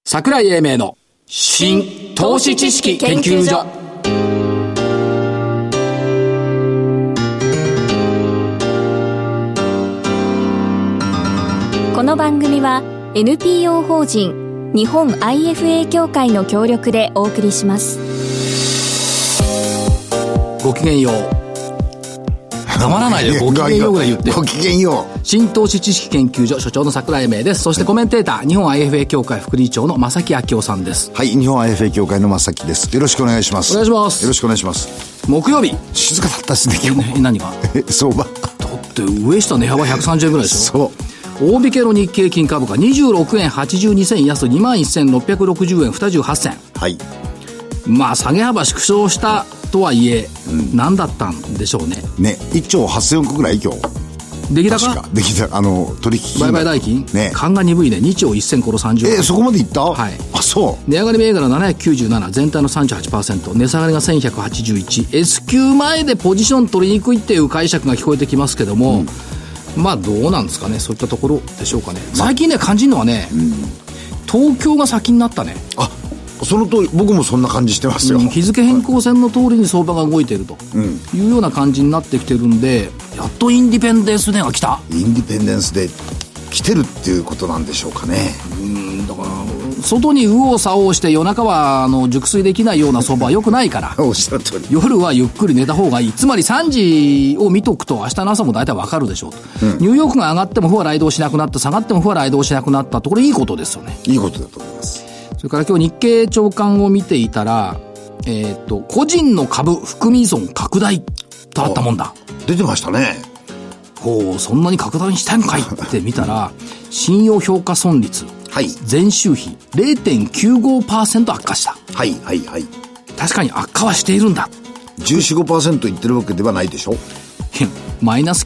桜井英明の新投資知識研究所。 この番組は NPO 法人日本 IFA 協会の協力でお送りします。 ごきげんよう。黙らないでごきげんようぐらい言って。 ごきげんよう。 新投資知識研究所所長の桜井英明です。そしてコメンテーター日本 IFA 協会副理事長の正木昭夫さんです。 はい、日本 IFA 協会の正木です。よろしくお願いします。 お願いします。 よろしくお願いします。 木曜日静かだったですね今日。 何が相場だって上下値幅130円ぐらいでしょ。 そう大引けの日経金株価26円82銭安 21,660 円28銭。 はい。 まあ下げ幅縮小したとはいえ、何だったんでしょうね。 ね、1兆8000億ぐらい今日。 出来高確か出来高、取引売買代金ね。 勘が鈍いね。2兆1030億。 そこまでいった？ はい。 あ、そう。 値上がり銘柄797、全体の 38%、値下がりが1181。S q 前でポジション取りにくいっていう解釈が聞こえてきますけども、まあどうなんですかね。そういったところでしょうかね。最近ね、感じるのはね、東京が先になったね。 あ、その通り。僕もそんな感じしてますよ。 日付変更線の通りに相場が動いているというような感じになってきてるんで、やっとインディペンデンスデーが来た。 インディペンデンスデー来てるっていうことなんでしょうかね。 だから外に右往左往して夜中は熟睡できないような相場は良くないからおっしゃる通り。 夜はゆっくり寝た方がいい。つまり3時を見とくと明日の朝も大体わかるでしょうと、ニューヨークが上がっても不は雷動しなくなった、下がっても不は雷動しなくなったと、これいいことですよね。 いいことだと思います。 それから今日日経長官を見ていたら、個人の株含み損拡大とあったもんだ。 出てましたね。 ほう、そんなに拡大したんかいって見たら信用評価損率、 はい、 前週比 0.95% 悪化した。 はいはいはい。 確かに悪化はしているんだ。 14,5% いってるわけではないでしょ。 マイナス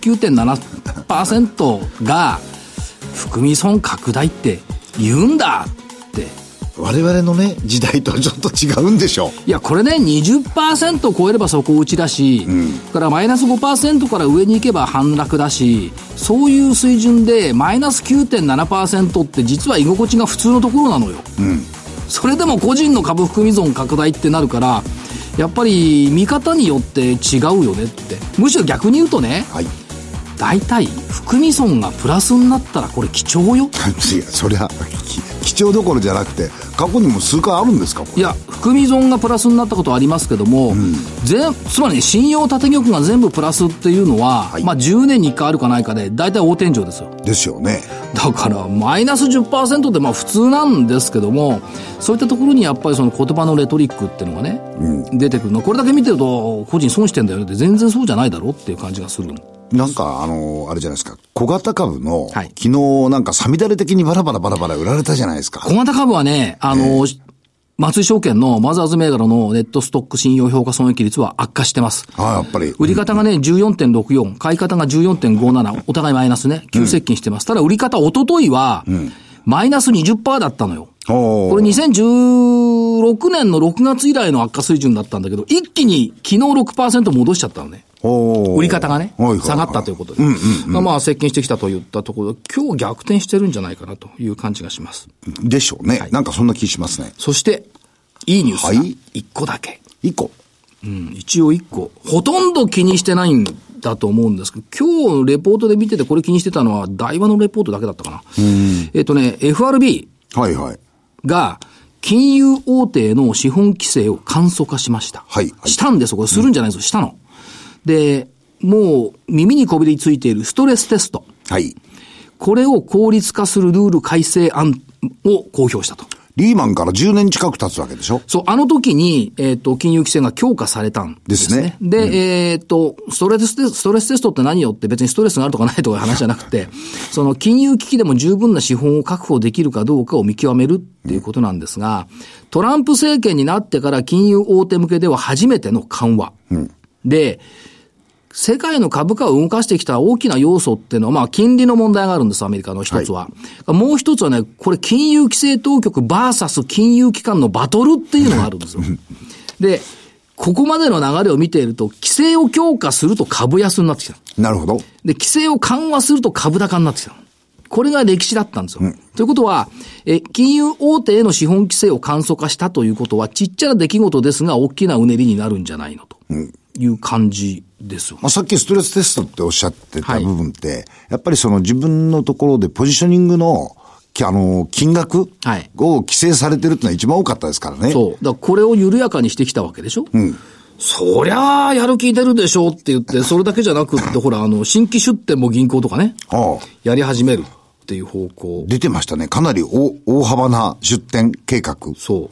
9.7% が含み損拡大って言うんだって我々のね時代とはちょっと違うんでしょう。 いやこれね 20% を超えれば底打ちだし、からマイナス 5% から上に行けば反落だし、そういう水準でマイナス 9.7% って実は居心地が普通のところなのよ、それでも個人の株含み損拡大ってなるから、やっぱり見方によって違うよねって。むしろ逆に言うとね、はい、大体含み損がプラスになったらこれ貴重よ。 いやそりゃ貴重どころじゃなくて過去にも数回あるんですかこれ。 いや含み損がプラスになったことはありますけども、つまりね信用縦玉が全部プラスっていうのは、はい、まあ10年に1回あるかないかで大体大天井ですよ。 ですよね。 だからマイナス 10% ってまあ普通なんですけども、そういったところにやっぱりその言葉のレトリックっていうのがね、出てくるの。これだけ見てると個人損してんだよねって全然そうじゃないだろうっていう感じがするの。 なんかあれじゃないですか、小型株の、 はい、 昨日なんかさみだれ的にバラバラ売られたじゃないですか。 小型株はね、松井証券のマザーズ銘柄のネットストック信用評価損益率は悪化してます。 やっぱり。 売り方がね、14.64、買い方が 14.57、お互いマイナスね、急接近してます。ただ売り方、一昨日は、マイナス 20% だったのよ。これ2016年の6月以来の悪化水準だったんだけど、一気に昨日 6% 戻しちゃったのね。売り方がね、下がったということで。まあ、接近してきたといったところで、今日逆転してるんじゃないかなという感じがします。 でしょうね。はい、なんかそんな気しますね。 そして、いいニュースが1個だけ。 1個。 一応1個。ほとんど気にしてないんだと思うんですけど、今日レポートで見ててこれ気にしてたのは、大和のレポートだけだったかな。FRB が、金融大手の資本規制を簡素化しました。したんですよ。これするんじゃないですよ。したの。で、もう耳にこびりついているストレステスト。これを効率化するルール改正案を公表したと。 リーマンから10年近く経つわけでしょ。 そう、あの時に、金融規制が強化されたんですね。で、ストレステストって何よって別にストレスがあるとかないとかいう話じゃなくて、その金融危機でも十分な資本を確保できるかどうかを見極めるっていうことなんですが、トランプ政権になってから金融大手向けでは初めての緩和。で、世界の株価を動かしてきた大きな要素っていうのは、まあ、金利の問題があるんです、アメリカの一つは。もう一つはね、これ、金融規制当局バーサス金融機関のバトルっていうのがあるんですよ。で、ここまでの流れを見ていると、規制を強化すると株安になってきた。 なるほど。 で、規制を緩和すると株高になってきた。これが歴史だったんですよ。とということは、金融大手への資本規制を簡素化したということは、ちっちゃな出来事ですが、大きなうねりになるんじゃないのという感じですよ。 さっきストレステストっておっしゃってた部分って、やっぱりその自分のところでポジショニングの金額を規制されてるってのは一番多かったですからね。 そう。だからこれを緩やかにしてきたわけでしょ。そりゃあ、やる気出るでしょうって言って、それだけじゃなくって、ほら、新規出店も銀行とかね、やり始めるっていう方向。 出てましたね。かなり大幅な出店計画。 そう。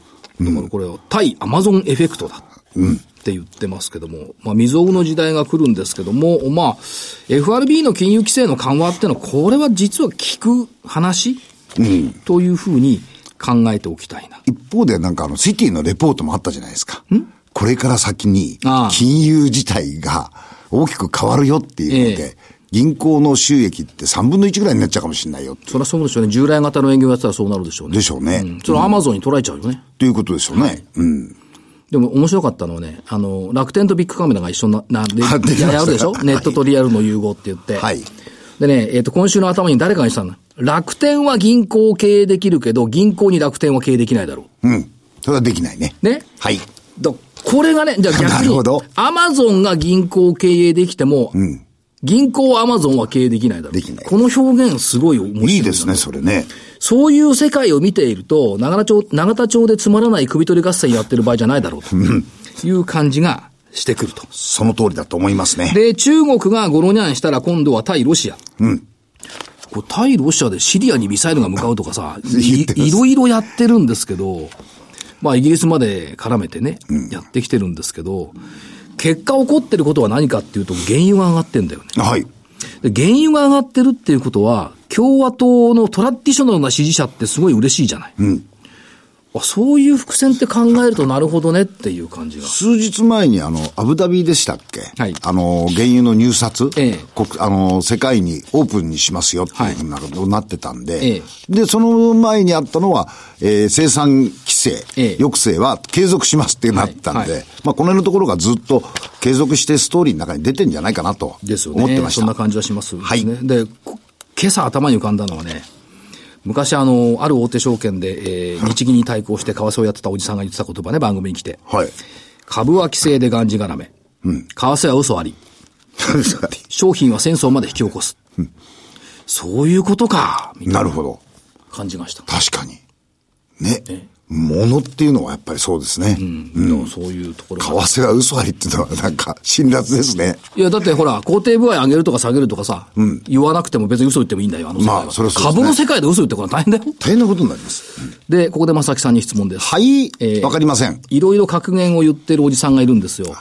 だからこれは、対アマゾンエフェクトだ。って言ってますけども、未曾有の時代が来るんですけども、FRB の金融規制の緩和ってのは、これは実は聞く話、というふうに考えておきたいな。 一方でシティのレポートもあったじゃないですか。これから先に金融自体が大きく変わるよっていうので、銀行の収益って3分の1ぐらいになっちゃうかもしれないよって。 そりゃそうでしょうね。従来型の営業やったらそうなるでしょうね。 でしょうね。 それはアマゾンに取られちゃうよね。 ということでしょうね。 でも面白かったのはね、楽天とビッグカメラが一緒なんで、やるでしょ、ネットとリアルの融合って言って。でね、今週の頭に誰かが言ってたの。楽天は銀行を経営できるけど、銀行に楽天は経営できないだろう。 それはできないね。 ね。これがね、じゃあ逆に、アマゾンが銀行を経営できても、銀行はアマゾンは経営できないだろう。 できない。 この表現すごい面白い。 いいですね、それね。 そういう世界を見ていると、永田町でつまらない首取り合戦やってる場合じゃないだろうという感じがしてくると。 その通りだと思いますね。 で、中国がゴロニャンしたら今度は対ロシア。対ロシアでシリアにミサイルが向かうとかさ、いろいろやってるんですけど、イギリスまで絡めてね、やってきてるんですけど、結果起こってることは何かっていうと、原油が上がってんだよね。で、原油が上がってるっていうことは、共和党のトラディショナルな支持者ってすごい嬉しいじゃない。そういう伏線って考えるとなるほどねっていう感じが。 数日前にアブダビでしたっけ、原油の入札、世界にオープンにしますよっていうふうなことになってたんで、で、その前にあったのは、生産規制、抑制は継続しますってなったんで、この辺のところがずっと継続してストーリーの中に出てんじゃないかなと思ってました。ですよね。 そんな感じはしますね。で、今朝頭に浮かんだのはね、昔ある大手証券で、日銀に対抗して為替をやってたおじさんが言ってた言葉ね、番組に来て。株は規制でがんじがらめ。為替は嘘あり。商品は戦争まで引き起こす。そういうことか、みたいな。 なるほど。 感じました。 確かに。ね。物っていうのはやっぱりそうですね。 そういうところ。 為替は嘘ありっていうのは辛辣ですね。 いや、だってほら、肯定部合上げるとか下げるとかさ、言わなくても別に嘘言ってもいいんだよ、世界は。それはそうですね。株の世界で嘘言ってこれ大変だよ。 大変なことになります。 で、ここで正木さんに質問です。 わかりません。 いろいろ格言を言ってるおじさんがいるんですよ。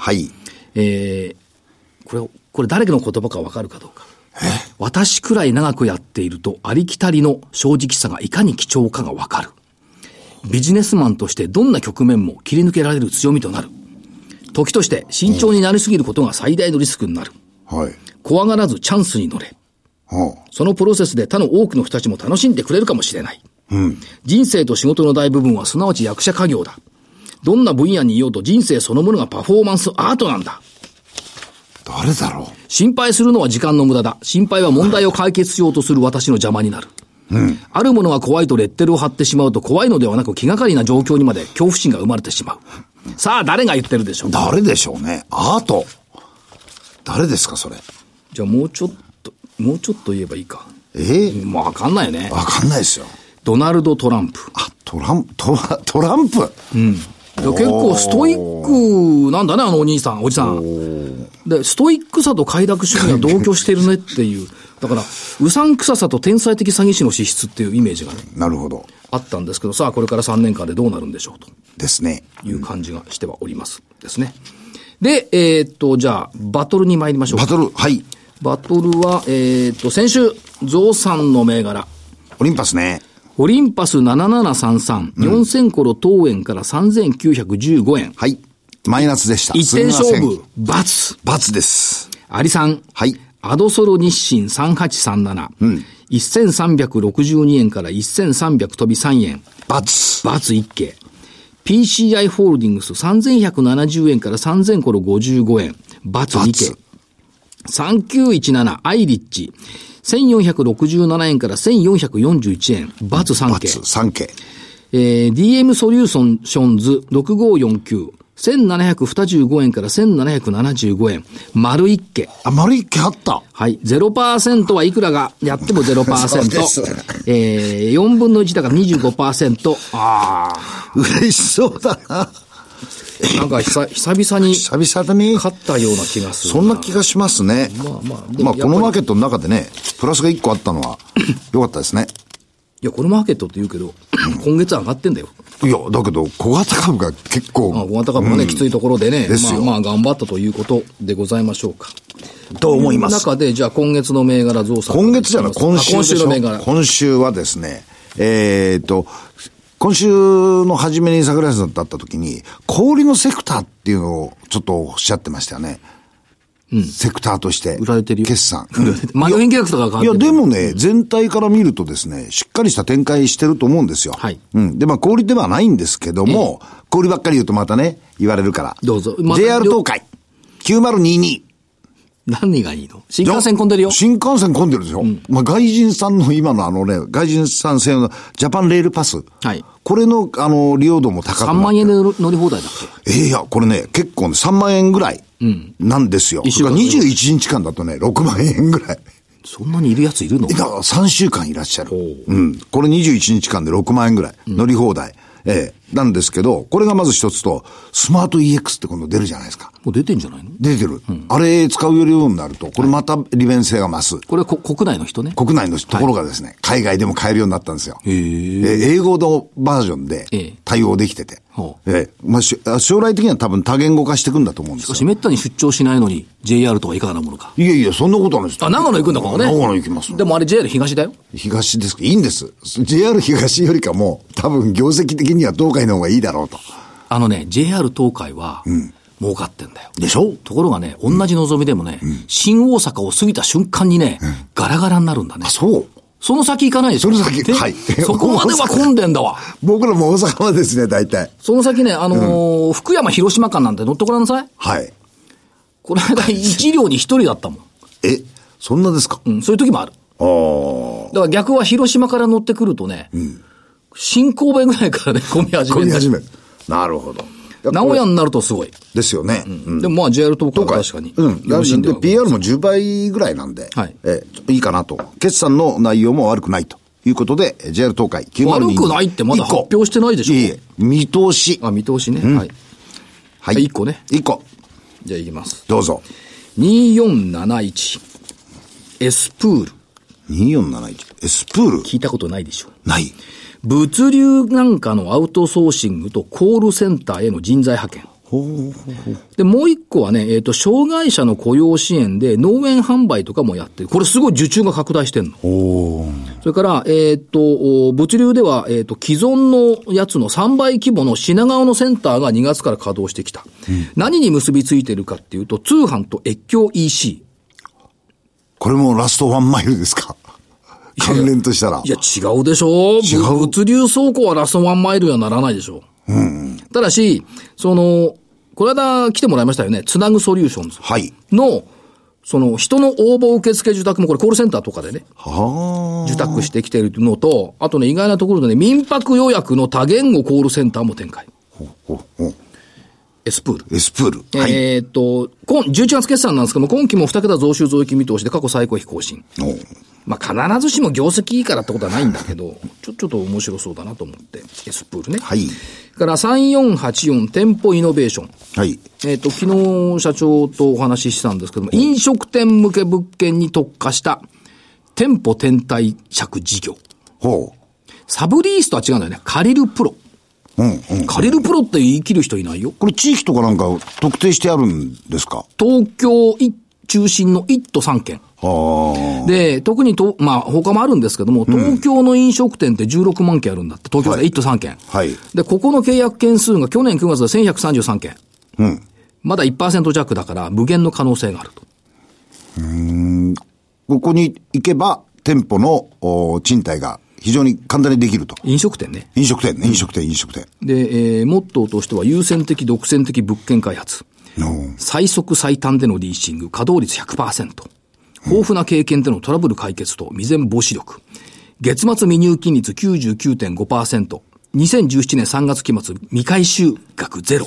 これ誰の言葉かわかるかどうか。私くらい長くやっていると、ありきたりの正直さがいかに貴重かがわかる。ビジネスマンとしてどんな局面も切り抜けられる強みとなる。時として慎重になりすぎることが最大のリスクになる。怖がらずチャンスに乗れ。そのプロセスで他の多くの人たちも楽しんでくれるかもしれない。人生と仕事の大部分はすなわち役者家業だ。どんな分野にいようと人生そのものがパフォーマンスアートなんだ。 誰だろう。 心配するのは時間の無駄だ。心配は問題を解決しようとする私の邪魔になる。あるものが怖いとレッテルを貼ってしまうと怖いのではなく気がかりな状況にまで恐怖心が生まれてしまう。さあ誰が言ってるでしょう。 誰でしょうね。アート。誰ですかそれ。 じゃあもうちょっと言えばいいか。もうわかんないよね。 わかんないですよ。 ドナルド・トランプ。 トランプ。 結構ストイックなんだね、おじさん。で、ストイックさと快楽主義が同居してるねっていう。だから、うさんくささと天才的詐欺師の資質っていうイメージがね。 なるほど。 あったんですけど、さあ、これから3年間でどうなるんでしょうと。 ですね。 いう感じがしてはおります。ですね。で、じゃあ、バトルに参りましょうか。 バトルは、先週、増産の銘柄。 オリンパスね。 オリンパス7733、4000コロ当円から3915円。 マイナスでした。 一点勝負、× です。 アリさん。アドソロ日清3837。1362円から1300飛び3円。×一形。PCI ホールディングス3170円から3000コロ55円。×二形。3917アイリッチ。 1467円から1441円、バツ3件。 3件。 DM ソリューションズ6549。1725円から1775円。丸1件。 丸1件あった。 はい。0% はいくらがやっても 0%。4分の1だから 25%。 嬉しそうだな。 なんか久々に勝ったような気がする。 そんな気がしますね。まあこのマーケットの中でね、プラスが1個あったのは良かったですね。 いや、このマーケットって言うけど、今月上がってんだよ。 いや、だけど、小型株が結構。 小型株がね、きついところでね、まあ頑張ったということでございましょうか。 と思います。 中で、じゃあ今月の銘柄増産。 今月じゃない、今週の銘柄。今週はですね、今週の初めに桜井さんと会った時に、小売りのセクターっていうのをちょっとおっしゃってましたよね。セクターとして。 売られてるよ。 決算。 マネー契約とか変わってる。 いや、でもね、全体から見るとですね、しっかりした展開してると思うんですよ。 はい。 で、まあ、小売りではないんですけども、小売りばっかり言うとまたね、言われるから。 どうぞ。 JR 東海、9022。 何がいいの？新幹線混んでるよ。 新幹線混んでるでしょ。まあ、外人さんの今の外人さん専用のジャパンレールパス。 はい。 これの、利用度も高くなって。 3万円で乗り放題だっけ？ いや、これね、結構ね、3万円ぐらい。なんですよ。21日間だとね、6万円ぐらい。 そんなにいるやついるの？ だから3週間いらっしゃる。これ21日間で6万円ぐらい。乗り放題。なんですけど、これがまず一つと、スマート EX って今度出るじゃないですか。 もう出てんじゃないの？ 出てる。あれ使うようになると、これまた利便性が増す。 これ国内の人ね。 国内のところがですね、海外でも買えるようになったんですよ。英語のバージョンで対応できてて。まあ、将来的には多分多言語化していくんだと思うんですよ。 しかしめったに出張しないのに JR とはいかがなものか。 いやいや、そんなことはないです。 長野行くんだからね。 長野行きます。 でもあれ JR 東だよ。 東ですか？いいんです。JR 東よりかも、多分業績的には東海の方がいいだろうと。 JR 東海は、儲かってんだよ。 でしょ？ ところがね、同じ望みでもね、新大阪を過ぎた瞬間にね、ガラガラになるんだね。 そう。 その先行かないでしょ。 その先、はい。 そこまでは混んでんだわ。 僕らも大阪はですね、大体。 その先ね、福山広島間なんて乗ってごらんなさい。 はい。 この間1両に1人だったもん。 そんなですか？ そういう時もある。だから逆は広島から乗ってくるとね、新神戸ぐらいからね、混み始める。 なるほど。 名古屋になるとすごい。 ですよね。 でもまあ JR 東海は確かに。 で、PR も10倍ぐらいなんで、ちょっといいかなと。決算の内容も悪くないということで、JR 東海9022。 悪くないってまだ発表してないでしょ。 いえ、見通し。 見通しね。はい。はい。1個ね。 1個。 じゃあいきます。 どうぞ。 2471。エスプール。 2471。エスプール。 聞いたことないでしょ。 ない。 物流なんかのアウトソーシングとコールセンターへの人材派遣。で、もう一個はね、障害者の雇用支援で農園販売とかもやってる。これすごい受注が拡大してんの。それから、物流では、既存のやつの3倍規模の品川のセンターが2月から稼働してきた。何に結びついてるかっていうと、通販と越境 EC。 これもラストワンマイルですか？関連としたら。 いや、違うでしょ。物流倉庫はラストワンマイルにはならないでしょ。ただし、この間来てもらいましたよね。つなぐソリューションズ。 はい。 の、人の応募受付受託もこれコールセンターとかでね。受託してきてるのと、あとね、意外なところでね、民泊予約の多言語コールセンターも展開。エスプール。 エスプール。 はい。11月決算なんですけども、今期も2桁増収増益見通しで過去最高益更新。まあ、必ずしも業績いいからってことはないんだけど、ちょっと面白そうだなと思って、エスプールね。 はい。 から3484店舗イノベーション。 はい。 昨日社長とお話ししたんですけども、飲食店向け物件に特化した店舗転貸借事業。サブリースとは違うんだよね。借りるプロ。借りるプロって言い切る人いないよ。 これ地域とかなんか特定してあるんですか？ 東京中心の1都3県。で、特にまあ他もあるんですけども、東京の飲食店って16万件あるんだって、東京で1都3県。 はい。 で、ここの契約件数が去年9月で1133件。まだ 1% 弱だから無限の可能性があると。 ここに行けば店舗の賃貸が非常に簡単にできると。 飲食店ね。 飲食店。 で、モットーとしては優先的、独占的物件開発。最速最短でのリーシング、稼働率 100%。 豊富な経験でのトラブル解決と未然防止力。月末未入金率 99.5%。2017年3月期末未回収額ゼロ。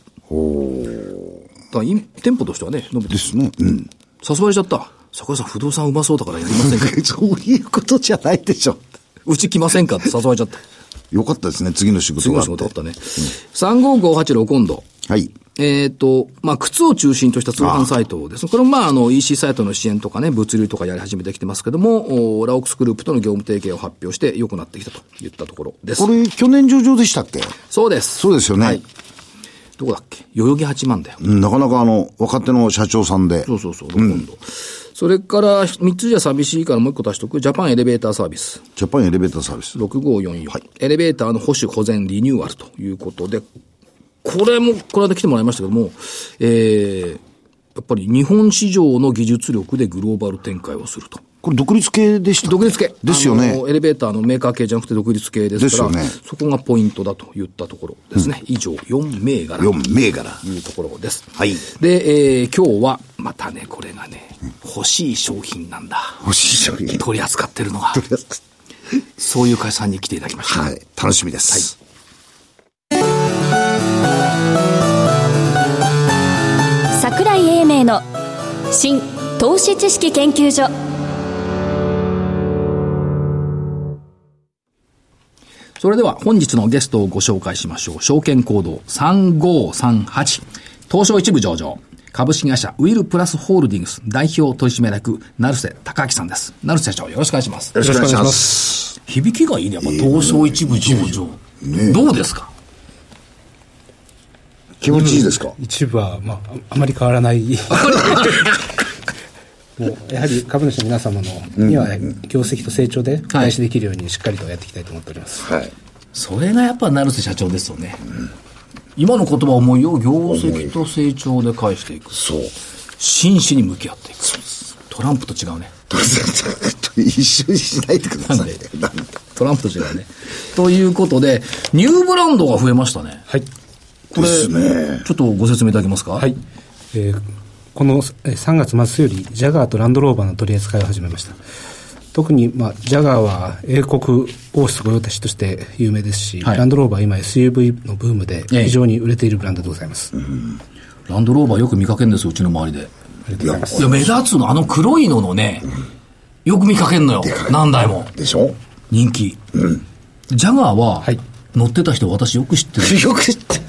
だから店舗としてはね、伸びてですね。うん。 誘われちゃった。桜井さん不動産うまそうだからやりませんかそういうことじゃないでしょ。 うち来ませんかって誘われちゃった。 よかったですね。次の仕事があって。 次の仕事あったね。35586今度。 はい。 靴を中心とした通販サイトです。これもEC サイトの支援とかね、物流とかやり始めてきてますけども、ラオックスグループとの業務提携を発表して良くなってきたといったところです。 これ、去年上場でしたっけ？ そうです。 そうですよね。はい。 どこだっけ？代々木八幡だよ。 なかなか若手の社長さんで。 そう。今度。それから、3つじゃ寂しいからもう1個足しとく。ジャパンエレベーターサービス。 ジャパンエレベーターサービス。 6544。 はい。 エレベーターの保守保全リニューアルということで、これで来てもらいましたけども、やっぱり日本市場の技術力でグローバル展開をすると。 これ独立系でした？ 独立系。 ですよね。 エレベーターのメーカー系じゃなくて独立系ですから、 ですよね、 そこがポイントだといったところですね。以上、4銘柄。 4銘柄。 というところです。 はい。 で、今日は、またね、これがね、欲しい商品なんだ。 欲しい商品。 取り扱ってるのが。そういう会社さんに来ていただきました。 はい。楽しみです。はい。 櫻井英明の新投資知識研究所。 それでは本日のゲストをご紹介しましょう。証券コード3538東証一部上場株式会社ウィルプラスホールディングス代表取締役成瀬孝明さんです。成瀬社長、よろしくお願いします。 よろしくお願いします。 響きがいいね。やっぱ東証一部上場、どうですか？ 気持ちいいですか？ 一部は、あまり変わらないもうやはり株主の皆様のには業績と成長で返しできるようにしっかりとやっていきたいと思っております。 はい。 それがやっぱ成瀬社長ですよね。今の言葉重いよ。業績と成長で返していく。 そう。 真摯に向き合っていく。トランプと違うね。 一緒にしないでください。 トランプと違うね。ということで、ニューブランドが増えましたね。 はい。 これ、ちょっとご説明いただけますか？ はい。この3月末よりジャガーとランドローバーの取り扱いを始めました。特に、ジャガーは英国王室御用達として有名ですし、はい、ランドローバーは今 SUV のブームで非常に売れているブランドでございます。 ランドローバーよく見かけるんですよ、うちの周りで。 ありがとうございます。 いや、目立つの、黒いののね、よく見かけるのよ。何台も。 でしょ？ 人気。ジャガーは、乗ってた人私よく知ってる。 よく知ってる。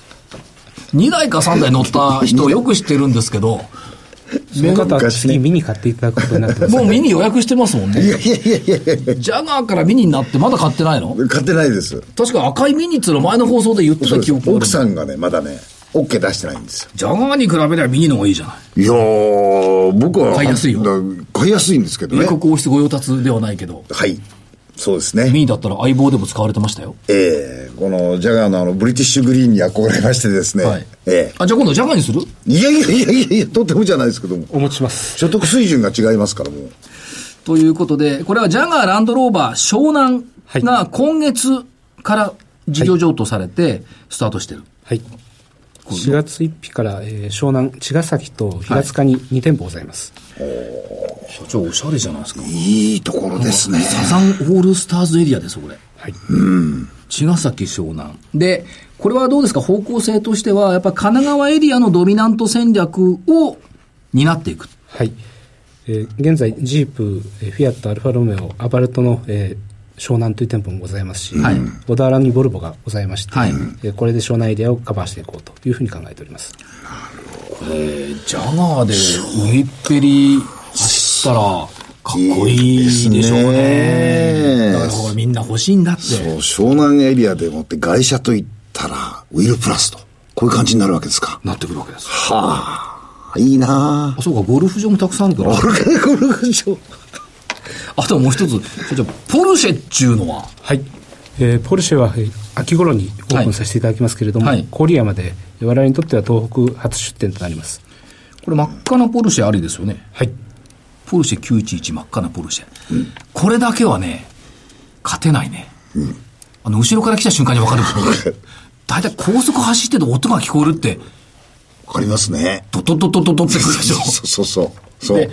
2台か3台乗った人をよく知ってるんですけど、 その方は次ミニ買っていただくことになってます、ね、 もうミニ予約してますもんね。 いやジャガーからミニになってまだ買ってないの？ 買ってないです。 確か赤いミニっていうの前の放送で言ってた記憶がある。 奥さんがねまだね OK 出してないんですよ。 ジャガーに比べればミニの方がいいじゃない。 いやー僕は買いやすいよ。 買いやすいんですけどね。 英国王室御用達ではないけど。 はい、そうですね。 ミニだったら相棒でも使われてましたよ。 このジャガーのブリティッシュグリーンに憧れましてですね。はい。 じゃあ今度ジャガーにする？ いや、とてもじゃないですけども。 お持ちします。 所得水準が違いますからもう。 ということで、これはジャガーランドローバー湘南が今月から事業譲渡されてスタートしてる。 はい。4月1日から、湘南、茅ヶ崎と平塚に2店舗ございます。 社長おしゃれじゃないですか。 いいところですね。 サザンオールスターズエリアですこれ。 はい。 茅ヶ崎湘南で、これはどうですか？方向性としてはやっぱり神奈川エリアのドミナント戦略を担っていく。 はい。現在ジープ、フィアット、アルファロメオ、アバルトの、湘南という店舗もございますし、はい、小田原にボルボがございまして、はい、これで湘南エリアをカバーしていこうというふうに考えております。 ジャガーで海っぺり走ったらかっこいいでしょうね。だからみんな欲しいんだって。 そう、湘南エリアでもって外車といったらウィルプラスとこういう感じになるわけですか？ なってくるわけです。 はあ、いいなあ。 そうか、ゴルフ場もたくさんあるから。 ゴルフ場あともう一つ、ポルシェっていうのは？ はい。ポルシェは秋頃にオープンさせていただきますけれども、郡山で我々にとっては東北初出店となります。 これ真っ赤なポルシェありですよね。 はい。 ポルシェ911真っ赤なポルシェ。これだけはね、勝てないね。後ろから来た瞬間に分かる。だいたい高速走ってて音が聞こえるって。 わかりますね。 ドドドドドドってくるでしょ。 そう。 で、フィン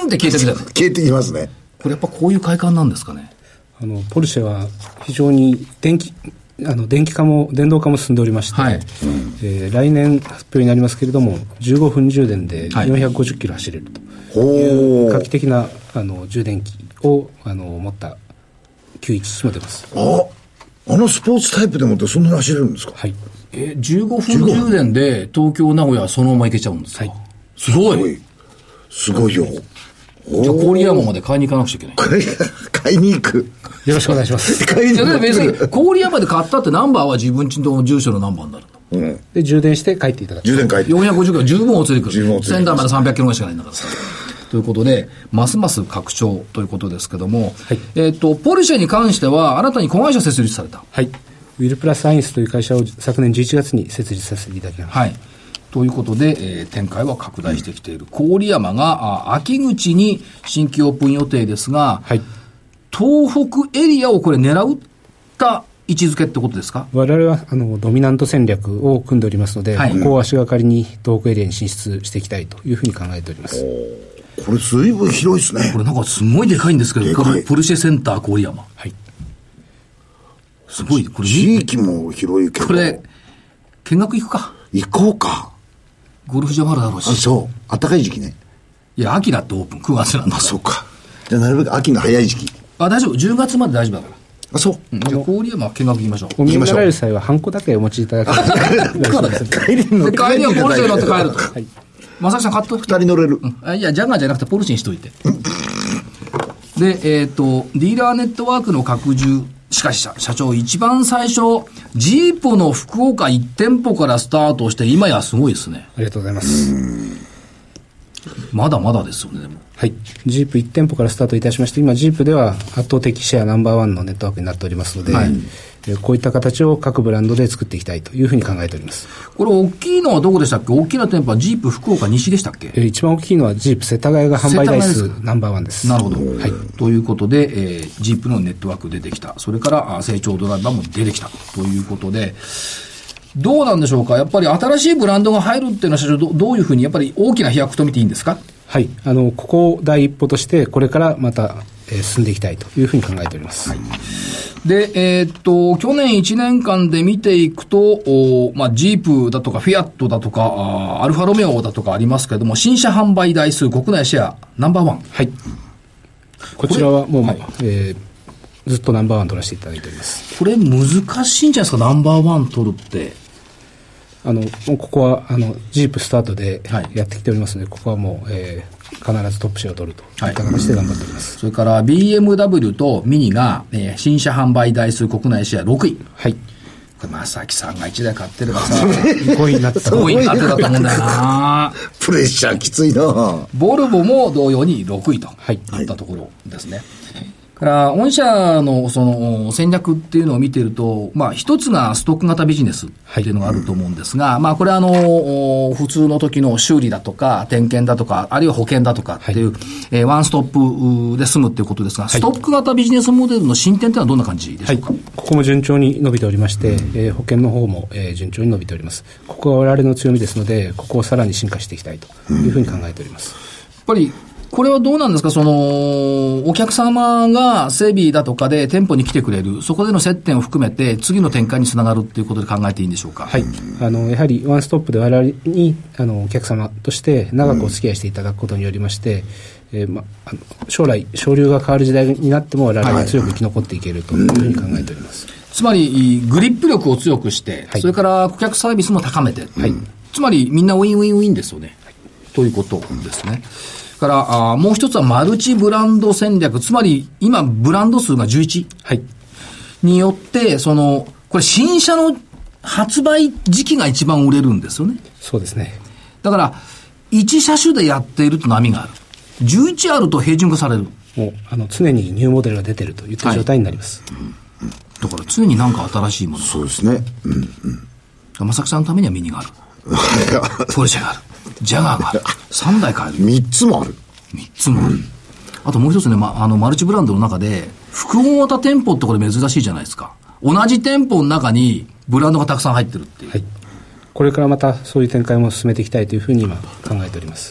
ーンって消えてくる。 消えてきますね。 これやっぱこういう快感なんですかね。 ポルシェは非常に電動化も進んでおりまして、はい、来年発表になりますけれども、15分充電で450キロ走れるという画期的な充電器を持った911も出ます。 スポーツタイプでもってそんなに走れるんですか？ はい。 15分充電で東京名古屋そのまま行けちゃうんですか？はい。すごい。 すごいよ。 じゃあ郡山まで買いに行かなくちゃいけない。 買いに行く。 よろしくお願いします。 買いに行く。 別に郡山で買ったってナンバーは自分家の住所のナンバーになると。 で充電して帰っていただく。 充電帰って 450キロ十分お釣りくる。仙台まで300キロぐらいしかないんだからさ。ということで、ますます拡張ということですけども、はい、ポルシェに関しては新たに子会社設立された。 はい。ウィルプラスサイエンスという会社を昨年11月に設立させていただきました。 はい。ということで、展開は拡大してきている。郡山が秋口に新規オープン予定ですが、はい、東北エリアをこれ狙った位置づけってことですか？ 我々はドミナント戦略を組んでおりますので、はい、ここを足がかりに東北エリアに進出していきたいというふうに考えております。 これ随分広いですね。 これなんかすごいでかいんですけど、ポルシェセンター郡山。 はい。 すごい。これ地域も広いけど。 これ、見学行くか。 行こうか。 ゴルフ場もあるだろうし。 そう。暖かい時期ね。 いや、秋だってオープン。9月なんだ。 そうか。じゃあなるべく秋の早い時期。 大丈夫。10月まで大丈夫だから。 そう。 じゃあ郡山見学行きましょう。 お見えになられる際は、ハンコだけお持ちいただく。 帰りはポルシェ乗って帰ると。はい。正木さん買っと 2人乗れる。 いや、ジャガーじゃなくてポルシェにしといて。で、ディーラーネットワークの拡充。しかし社長、一番最初、ジープの福岡1店舗からスタートして、今やすごいですね。 ありがとうございます。 まだまだですよね、でも。 はい。ジープ1店舗からスタートいたしまして、今、ジープでは圧倒的シェアナンバーワンのネットワークになっておりますので、はい、こういった形を各ブランドで作っていきたいというふうに考えております。 これ、大きいのはどこでしたっけ？大きな店舗はジープ福岡西でしたっけ？ 一番大きいのはジープ世田谷が販売台数ナンバーワンです。 なるほど。はい。ということで、ジープのネットワーク出てきた。それから成長ドライバーも出てきた。ということで、どうなんでしょうか？やっぱり新しいブランドが入るっていうのは社長、どういうふうに、やっぱり大きな飛躍と見ていいんですか？ はい。ここを第一歩として、これからまた、進んでいきたいというふうに考えております。はい。 で、去年1年間で見ていくと、ジープだとかフィアットだとか、アルファロメオだとかありますけれども、新車販売台数国内シェアナンバーワン。 はい。こちらはもう、はい、ずっとナンバーワン取らせていただいております。 これ難しいんじゃないですか、ナンバーワン取るって。 もうここは、ジープスタートでやってきておりますので、ここはもう、必ずトップシェアを取るといった形で頑張っております。 それから BMW とミニが、新車販売台数国内シェア6位。 はい。 これ、正木さんが1台買ってればさ、 5位になってた。 5位になってたと思うんだよな。 プレッシャーきついな。 ボルボも同様に6位といったところですね。から御社のその戦略っていうのを見ていると、一つがストック型ビジネスっていうのがあると思うんですが、これは普通の時の修理だとか点検だとか、あるいは保険だとかっていう、ワンストップで済むっていうことですが、ストック型ビジネスモデルの進展っていうのはどんな感じでしょうか？ ここも順調に伸びておりまして、保険の方も、順調に伸びております。ここは我々の強みですので、ここをさらに進化していきたいというふうに考えております。 やっぱりこれはどうなんですか？お客様が整備だとかで店舗に来てくれる、そこでの接点を含めて次の展開につながるっていうことで考えていいんでしょうか？ はい。やはりワンストップで我々に、お客様として長くお付き合いしていただくことによりまして、将来、省流が変わる時代になっても我々は強く生き残っていけるというふうに考えております。 つまり、グリップ力を強くして、それから顧客サービスも高めて、つまりみんなウィンウィンウィンですよね。ということですね。からもう一つはマルチブランド戦略、つまり今ブランド数が11、によってこれ新車の発売時期が一番売れるんですよね。 そうですね。 だから1車種でやっていると波がある、11あると平準化される。 もう常にニューモデルが出ているといった状態になります。 だから常に何か新しいものが。 そうですね。 正木さんのためにはミニがある、ポルシェがある、ジャガーがある、3台買える。 3つもある。 3つもある。あともう一つね、マルチブランドの中で、複合型店舗ってこれ珍しいじゃないですか。同じ店舗の中にブランドがたくさん入ってるっていう。 はい。これからまたそういう展開も進めていきたいというふうに今考えております。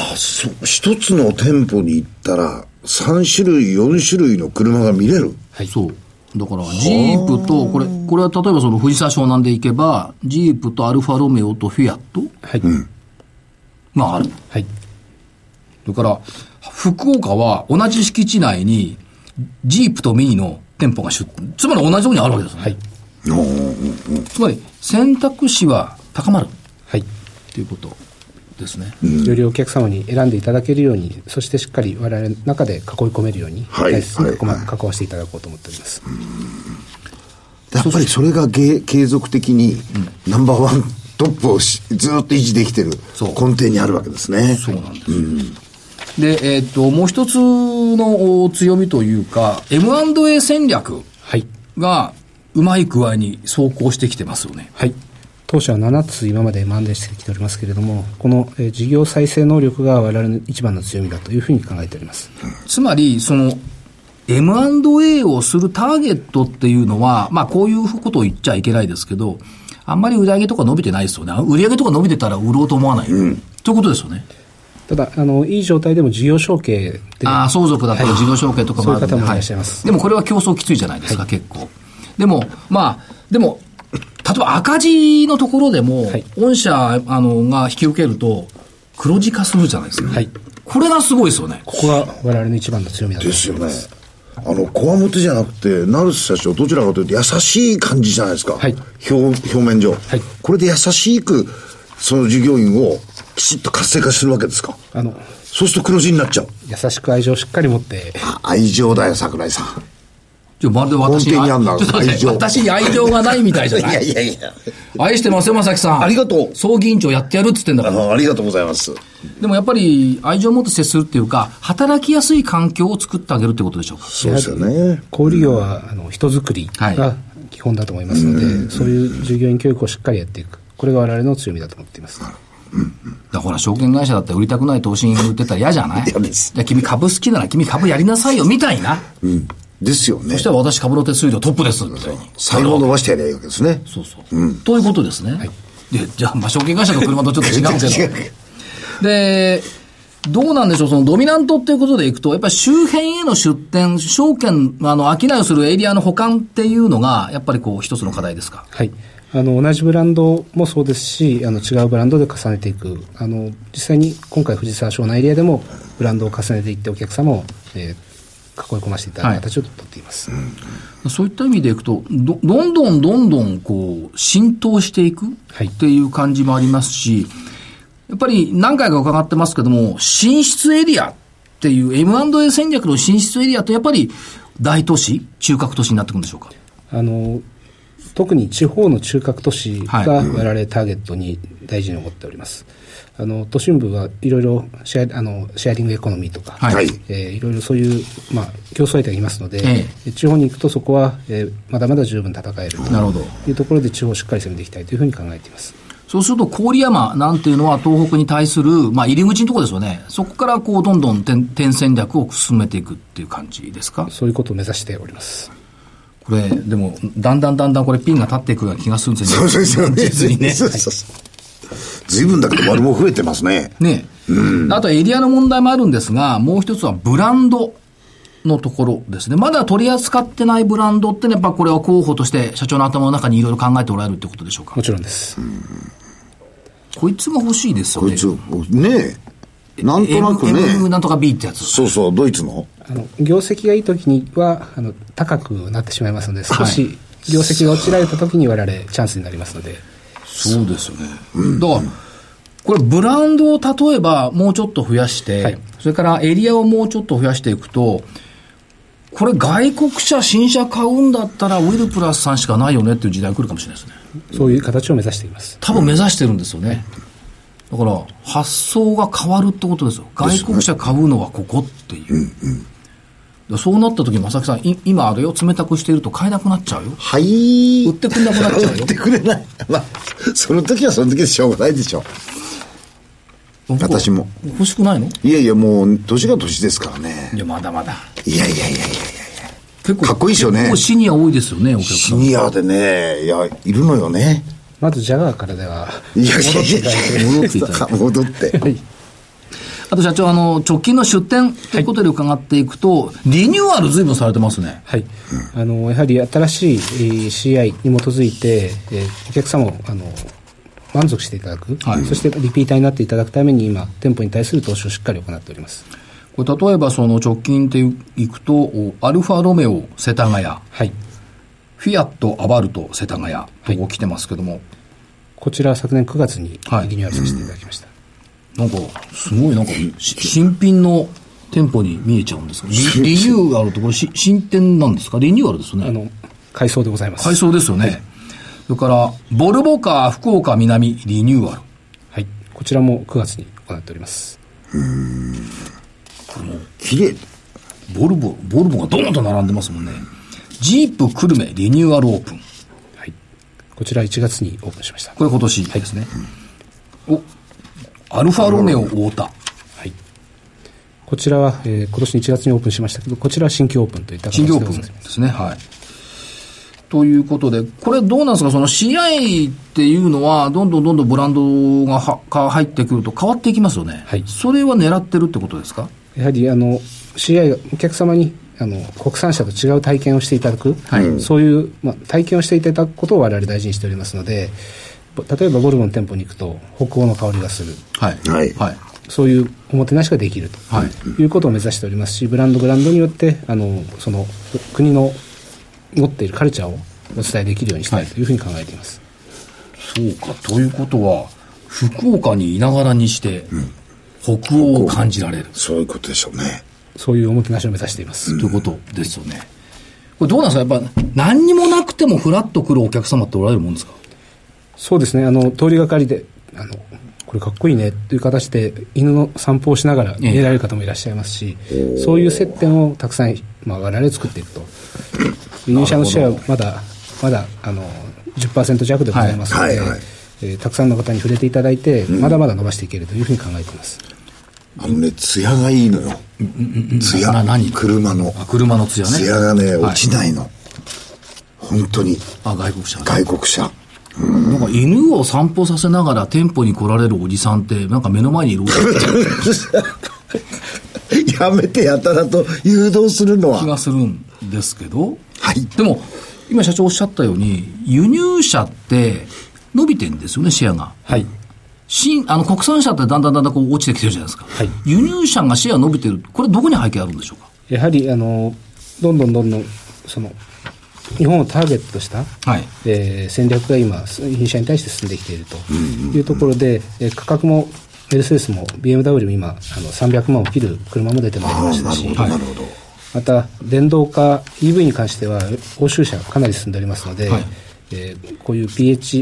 一つの店舗に行ったら3種類4種類の車が見れる。 はい、そうだからジープとこれは例えばその藤沢湘南で行けばジープとアルファロメオとフィアット、 はい、 がある。 はい。 だから福岡は同じ敷地内にジープとミニの店舗がつまり同じようにあるわけですね。はい。つまり選択肢は高まる。 はい。 ということですね。 よりお客様に選んでいただけるように、そしてしっかり我々の中で囲い込めるように、大切に囲わせていただこうと思っております。 やっぱりそれが継続的にナンバーワントップをずっと維持できてる根底にあるわけですね。 そうなんです。で、もう一つの強みというか M&A 戦略がうまい具合に走行してきてますよね。 はい。当社は7つ今までM&Aしてきておりますけれども、この事業再生能力が我々の一番の強みだというふうに考えております。 つまりその M&A をするターゲットっていうのは、まあこういうことを言っちゃいけないですけど、あんまり売上とか伸びてないですよね。売上とか伸びてたら売ろうと思わない。ということですよね。 ただいい状態でも事業承継で、 相続だったら事業承継とかもあるので、 そういう方もいらっしゃいます。 でもこれは競争きついじゃないですか、結構。でも例えば赤字のところでも、御社が引き受けると黒字化するじゃないですか。はい。これがすごいですよね。 ここが我々の一番の強みだと思います。 ですよね。こわもてじゃなくて、成瀬社長どちらかというと優しい感じじゃないですか。はい。表面上。はい。これで優しくその従業員をきちっと活性化するわけですか。そうすると黒字になっちゃう。 優しく愛情をしっかり持って。 愛情だよ、桜井さん。 まるで私に愛情がないみたいじゃない。いや愛してますよ、正木さん。 ありがとう。 葬儀委員長やってやるっつってんだから。 ありがとうございます。 でもやっぱり愛情を持って接するっていうか、働きやすい環境を作ってあげるってことでしょうか。 そうですよね。 小売業は人づくりが基本だと思いますので、そういう従業員教育をしっかりやっていく。これが我々の強みだと思っています。 だから証券会社だって売りたくない投資に売ってたら嫌じゃない？ 嫌です。 君株好きなら君株やりなさいよみたいな。 ですよね。 そしたら私株の手数料トップですみたいに。 最後伸ばしてやればいいわけですね。 そう。ということですね。はい。で、じゃあ、証券会社の車とちょっと違うけど。で、どうなんでしょう、そのドミナントっていうことでいくと、やっぱり周辺への出店、証券、商いをするエリアの補完っていうのが、やっぱり一つの課題ですか。 はい。同じブランドもそうですし、違うブランドで重ねていく。実際に今回藤沢湘南エリアでもブランドを重ねていってお客様を、囲い込ませていただく形をとっています。 そういった意味でいくと、どんどん浸透していくっていう感じもありますし、やっぱり何回か伺ってますけども、進出エリアっていう M&A 戦略の進出エリアとやっぱり大都市、中核都市になってくるんでしょうか。 特に地方の中核都市が我々ターゲットに大事に思っております。都心部はいろいろシェアリングエコノミーとか、いろいろそういう、競争相手がいますので、地方に行くとそこは、まだまだ十分戦えるというところで地方をしっかり攻めていきたいというふうに考えています。 そうすると郡山なんていうのは東北に対する、入り口のところですよね。そこからどんどん点戦略を進めていくっていう感じですか。 そういうことを目指しております。 これでもだんだんこれピンが立っていくような気がするんですよね。 そうですよね。実にね。随分だけど丸も増えてますね。 ね。あとエリアの問題もあるんですが、もう一つはブランドのところですね。まだ取り扱ってないブランドってね、やっぱこれは候補として社長の頭の中にいろいろ考えておられるってことでしょうか。 もちろんです。 こいつが欲しいですよね。 こいつねえ、なんとなくね。 M なんとか B ってやつ。 そう、ドイツの。 業績がいい時には高くなってしまいますので、少し業績が落ちられた時に我々チャンスになりますので。 そうですよね。だからこれブランドを例えばもうちょっと増やして、それからエリアをもうちょっと増やしていくと、これ外国車新車買うんだったらウィルプラスさんしかないよねっていう時代が来るかもしれないですね。 そういう形を目指しています。 多分目指してるんですよね。だから発想が変わるってことですよ。外国車買うのはここっていう。そうなった時に正木さん、今あれを冷たくしていると買えなくなっちゃうよ。 はい。 売ってくれなくなっちゃうよ。 売ってくれない。その時はその時でしょうがないでしょう。私も欲しくないの？ いやもう年が年ですからね。 いやまだまだ。 いや結構かっこいいですよね。 結構シニア多いですよね、お客さん。 シニアでね、いるのよね。 まずジャガーからでは戻ってはい。 あと社長、直近の出店ということで伺っていくと、リニューアル随分されてますね。 はい。やはり新しい CI に基づいて、お客様を満足していただく、そしてリピーターになっていただくために今、店舗に対する投資をしっかり行っております。 これ例えばその直近でいくと、アルファロメオ世田谷、はい、フィアットアバルト世田谷と来てますけども、 こちらは昨年9月にリニューアルさせていただきました。 なんかすごい新品の店舗に見えちゃうんですが、リニューアルとこれ新店なんですか？リニューアルですね。 改装でございます。 改装ですよね。はい、それからボルボカー福岡南リニューアル、 はい、こちらも9月に行っております。 これも綺麗。ボルボがドーンと並んでますもんね。ジープ久留米リニューアルオープン、 はい、こちら1月にオープンしました。 これ今年ですね。はい、アルファロメオ太田、はい、 こちらは、今年1月にオープンしましたけど、こちらは新規オープンといった形でございます。 新規オープンですね。はい。ということで、これどうなんですか、その CI っていうのはどんどんブランドが入ってくると変わっていきますよね。はい。それは狙ってるってことですか？ やはりCI がお客様に国産車と違う体験をしていただく、はい、そういう、体験をしていただくことを我々大事にしておりますので、例えばボルボの店舗に行くと北欧の香りがする、はいはいはい、そういうおもてなしができるということを目指しておりますし、ブランドによってその国の持っているカルチャーをお伝えできるようにしたいというふうに考えています。 はい、そうか。ということは福岡にいながらにして、北欧を感じられる、 そういうことでしょうね。 そういうおもてなしを目指しています、 ということですよね。これどうなんですか？やっぱ何にもなくてもフラッと来るお客様っておられるもんですか？ そうですね。通りがかりでこれかっこいいねという形で犬の散歩をしながら見られる方もいらっしゃいますし、そういう接点をたくさん、我々作っていくと。輸入車のシェアはまだ 10% 弱でございますので、はいはい、たくさんの方に触れていただいて、まだまだ伸ばしていけるというふうに考えています。 艶がいいのよ。艶、車の艶ね。 艶がね、落ちないの。本当に。 外国車。 外国車。 なんか犬を散歩させながら店舗に来られるおじさんってなんか目の前にいるやめてやたらと誘導するのは気がするんですけど、はい、でも今社長おっしゃったように輸入車って伸びてるんですよね、シェアが。はい。国産車ってだんだんこう落ちてきてるじゃないですか。はい。輸入車がシェア伸びてる。これどこに背景あるんでしょうか？ やはりどんどんその日本をターゲットとした、はい戦略が今品車に対して進んできているというところで、価格もメルセデスも BMW も今300万を切る車も出てまいりましたし、また電動化 EV に関しては欧州車かなり進んでおりますので、はいこういう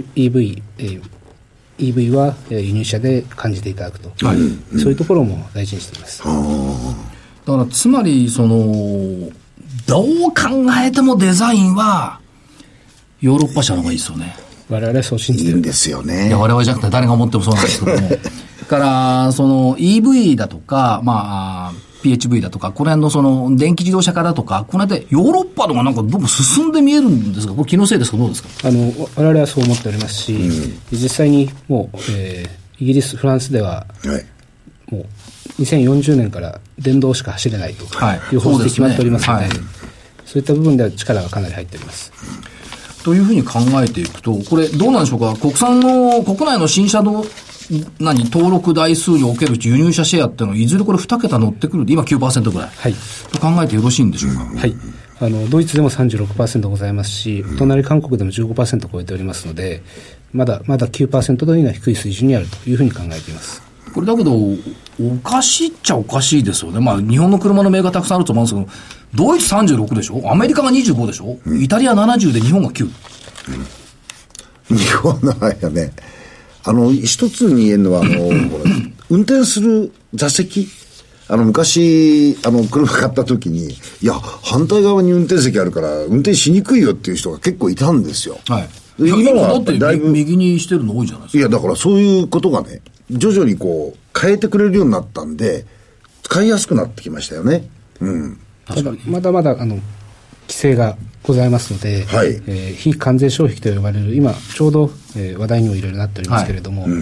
PHEV、EV は輸入車で感じていただくと、はい、そういうところも大事にしています。 だからつまりどう考えてもデザインはヨーロッパ車の方がいいですよね。 我々はそう信じてるんですよね。 いや我々じゃなくて誰が思ってもそうなんですけどもからEV だとかPHV だとかこの辺の電気自動車化だとかこの辺でヨーロッパのがなんかどうも進んで見えるんですが、これ気のせいですかどうですか？ 我々はそう思っておりますし、実際にもう、イギリスフランスでは、もう2040年から電動しか走れないという法律で決まっておりますので、そういった部分では力がかなり入っております。 というふうに考えていくと、これどうなんでしょうか？国内の新車の登録台数における輸入車シェアっていうのはいずれこれ2桁乗ってくるで今 9% ぐらい、はい、と考えてよろしいんでしょうか？ はい。ドイツでも 36% ございますし、隣韓国でも 15% 超えておりますので、まだ 9% というのは低い水準にあるというふうに考えています。 これだけどおかしいっちゃおかしいですよね。日本の車のメーカーたくさんあると思うんですけど、ドイツ36でしょ、アメリカが25でしょ、イタリア70で日本が9、 日本の場合はね、一つに言えるのは運転する座席、昔車買った時にいや反対側に運転席あるから運転しにくいよっていう人が結構いたんですよ。はい。 今はだいぶ右にしてるの多いじゃないですか。 いやだからそういうことがね徐々に変えてくれるようになったんで使いやすくなってきましたよね。うん。 ただまだまだ規制がございますので、はい非関税障壁と呼ばれる今ちょうど、話題にもいろいろなっておりますけれども、はい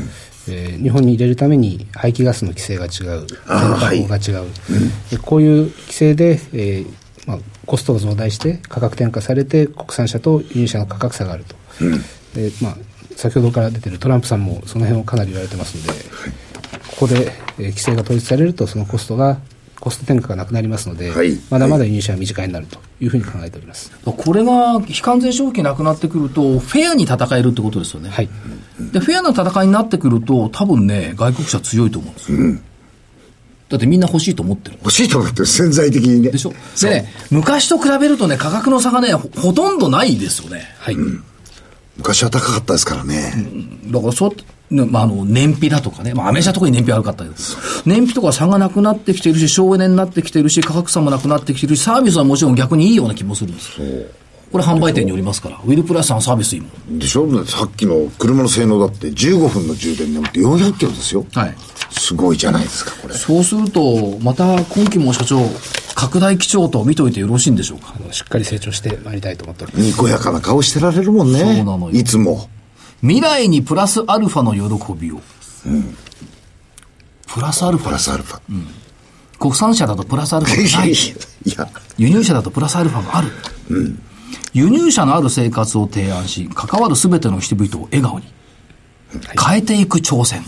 日本に入れるために排気ガスの規制が違う、排放が違う、こういう規制で、コストが増大して価格転嫁されて国産車と輸入車の価格差があると、で先ほどから出ているトランプさんもその辺をかなり言われてますので、ここで、規制が統一されるとそのコスト転嫁がなくなりますので、まだまだ輸入車は身近になるというふうに考えております。 これが非関税消費なくなってくるとフェアに戦えるってことですよね。でフェアな戦いになってくると多分ね外国車強いと思うんですよ、だってみんな欲しいと思ってる。 欲しいと思ってる、潜在的にね。 でしょ。でね、昔と比べるとね、価格の差がね、ほとんどないですよね。 昔は高かったですからね。 だから燃費だとかね、アメ車とかに燃費悪かったけど、燃費とか差がなくなってきているし、省エネになってきているし、価格差もなくなってきているし、サービスはもちろん逆にいいような気もするんですよ。これ販売店によりますから、ウィルプラスさんサービスいいもん。 でしょ。さっきの車の性能だって15分の充電でもって400キロですよ。すごいじゃないですか、これ。 そうすると、また今期も社長、拡大基調と見といてよろしいんでしょうか。 しっかり成長してまいりたいと思っております。 にこやかな顔してられるもんね。 そうなのよ。 いつも。 未来にプラスアルファの喜びを。プラスアルファ。 プラスアルファ。 国産車だとプラスアルファがない。輸入車だとプラスアルファがある。輸入車のある生活を提案し、関わるすべての人々を笑顔に変えていく挑戦。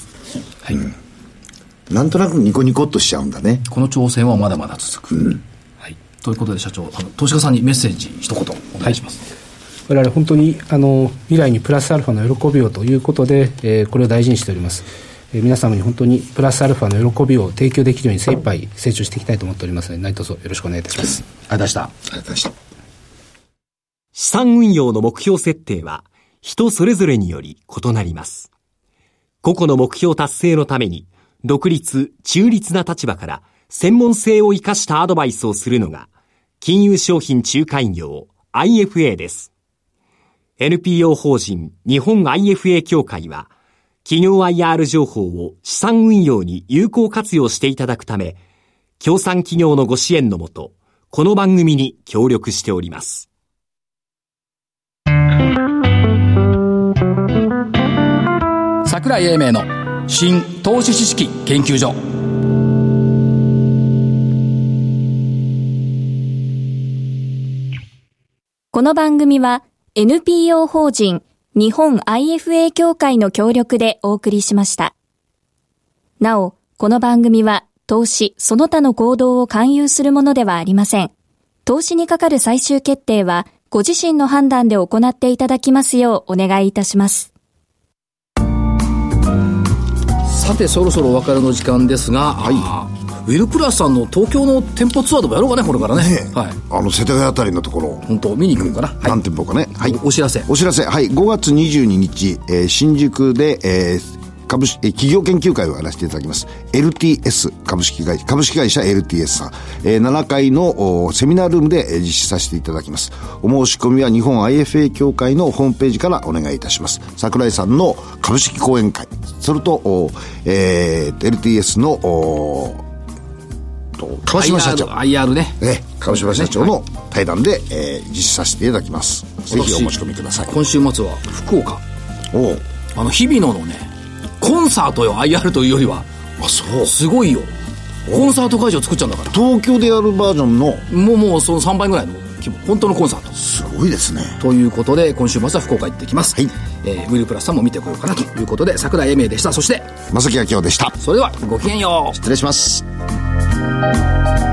なんとなくニコニコっとしちゃうんだね。 この挑戦はまだまだ続く。ということで社長、投資家さんにメッセージ一言お願いします。 我々本当に未来にプラスアルファの喜びをということで、これを大事にしております。皆様に本当にプラスアルファの喜びを提供できるように精一杯成長していきたいと思っておりますので、何卒よろしくお願いいたします。 ありがとうございました。 ありがとうございました。 資産運用の目標設定は人それぞれにより異なります。個々の目標達成のために独立・中立な立場から専門性を生かしたアドバイスをするのが金融商品仲介業 IFA です。NPO 法人日本 IFA 協会は企業 IR 情報を資産運用に有効活用していただくため、協賛企業のご支援のもと、この番組に協力しております。 櫻井英明の新投資知識研究所。 この番組は NPO 法人日本 IFA 協会の協力でお送りしました。なお、この番組は投資その他の行動を勧誘するものではありません。投資にかかる最終決定はご自身の判断で行っていただきますようお願いいたします。 さてそろそろお別れの時間ですが、ウィルプラスさんの東京の店舗ツアーでもやろうかね、これからね。 世田谷あたりのところ本当見に行くのかな、 何店舗かね。 お知らせ、 5月22日、新宿で、企業研究会をやらせていただきます。LTS 株式会社 LTS さん、7階のセミナールームで実施させていただきます。お申し込みは日本 IFA 協会のホームページからお願いいたします。櫻井さんの株式講演会、それと、LTS の川島社長 IR ね、 川島社長の対談で、実施させていただきます。ぜひお申し込みください。 今週末は福岡、日比野のねコンサートよ、 IR というよりは。 そうすごいよ、コンサート会場作っちゃうんだから。 東京でやるバージョンのもうその3倍ぐらいの規模、本当のコンサート。 すごいですね。 ということで今週末は福岡行ってきます。ウィルプラスさんも見てこようかなということで、櫻井英明でした。そして正木明夫でした。 それではごきげんよう。 失礼します。